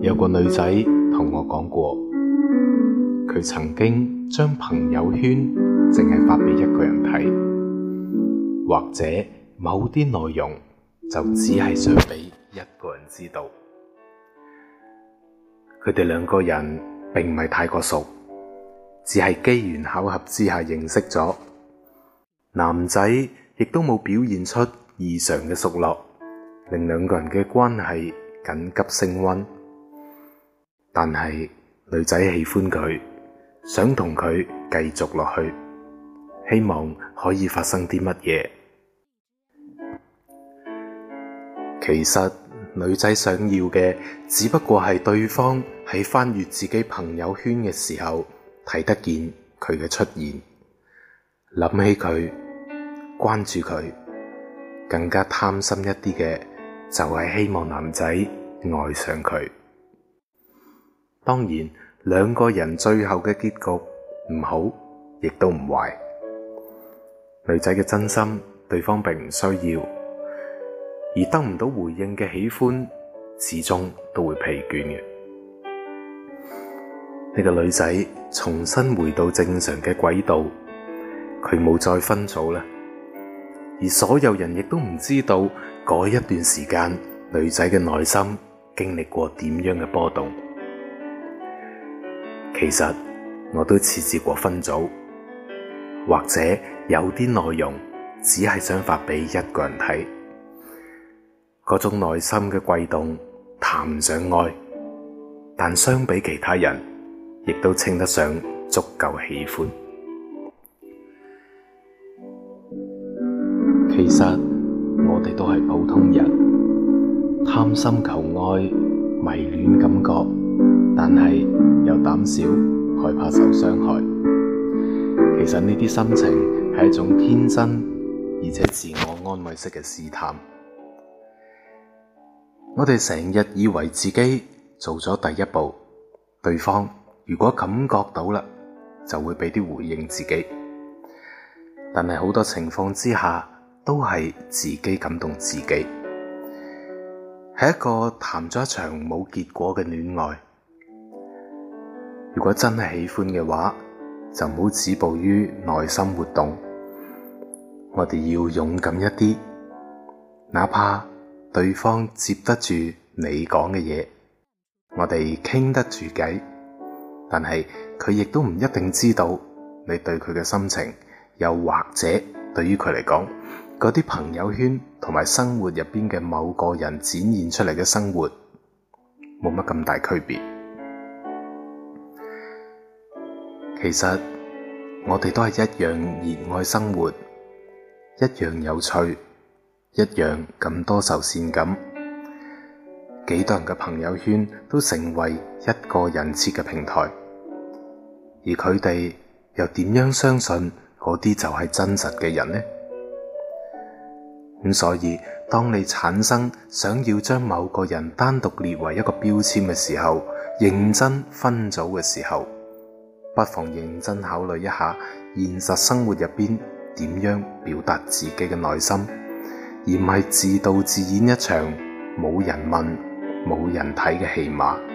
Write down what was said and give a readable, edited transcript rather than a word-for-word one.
有個女仔同我講過，佢曾經將朋友圈淨係發俾一個人睇，或者某啲內容就只係想俾一個人知道。佢哋兩個人並唔係太過熟，只係機緣巧合之下認識咗。男仔亦都冇表現出異常嘅熟絡，令兩個人嘅關係緊急升溫。但係女仔喜歡佢，想同佢繼續落去，希望可以發生啲乜嘢。其實女仔想要嘅只不過係對方喺翻閱自己朋友圈嘅時候睇得見佢嘅出現，諗起佢，關注佢。更加貪心一啲嘅就係希望男仔愛上佢。當然，兩個人最後嘅結局唔好亦都唔壞。女仔嘅真心對方並唔需要，而得唔到回應嘅喜歡始終都會疲倦嘅。呢個女仔重新回到正常嘅軌道，佢冇再分組啦，而所有人亦都唔知道嗰一段時間女仔嘅內心經歷過點樣嘅波動。其實我都設置過分組，或者有啲內容只係想發俾一個人睇，嗰種內心嘅悸動談唔上愛，但相比其他人亦都稱得上足夠喜歡。其實我哋都係普通人，貪心求愛，迷戀感覺，但係又膽小，害怕受傷害。其實呢啲心情係一種天真而且自我安慰式嘅試探。我哋成日以為自己做咗第一步，對方如果感覺到啦，就會俾啲回應自己。但係好多情況之下都係自己感動自己，係一個談咗一場冇結果嘅戀愛。如果真係喜歡嘅話，就唔好止步於內心活動，我哋要勇敢一啲，哪怕對方接得住你講嘅嘢，我哋傾得住偈，但係佢亦都唔一定知道你對佢嘅心情，又或者對於佢嚟講，嗰啲朋友圈同埋生活入邊嘅某個人展現出嚟嘅生活冇乜咁大區別。其實我哋都係一樣熱愛生活，一樣有趣，一樣咁多愁善感。幾多人嘅朋友圈都成為一個人設嘅平台，而佢哋又點樣相信嗰啲就係真實嘅人呢？咁所以當你產生想要將某個人單獨列為一個標籤嘅時候，認真分組嘅時候，不妨認真考慮一下現實生活入邊點樣表達自己嘅內心，而唔係自導自演一場冇人問冇人睇嘅戲碼。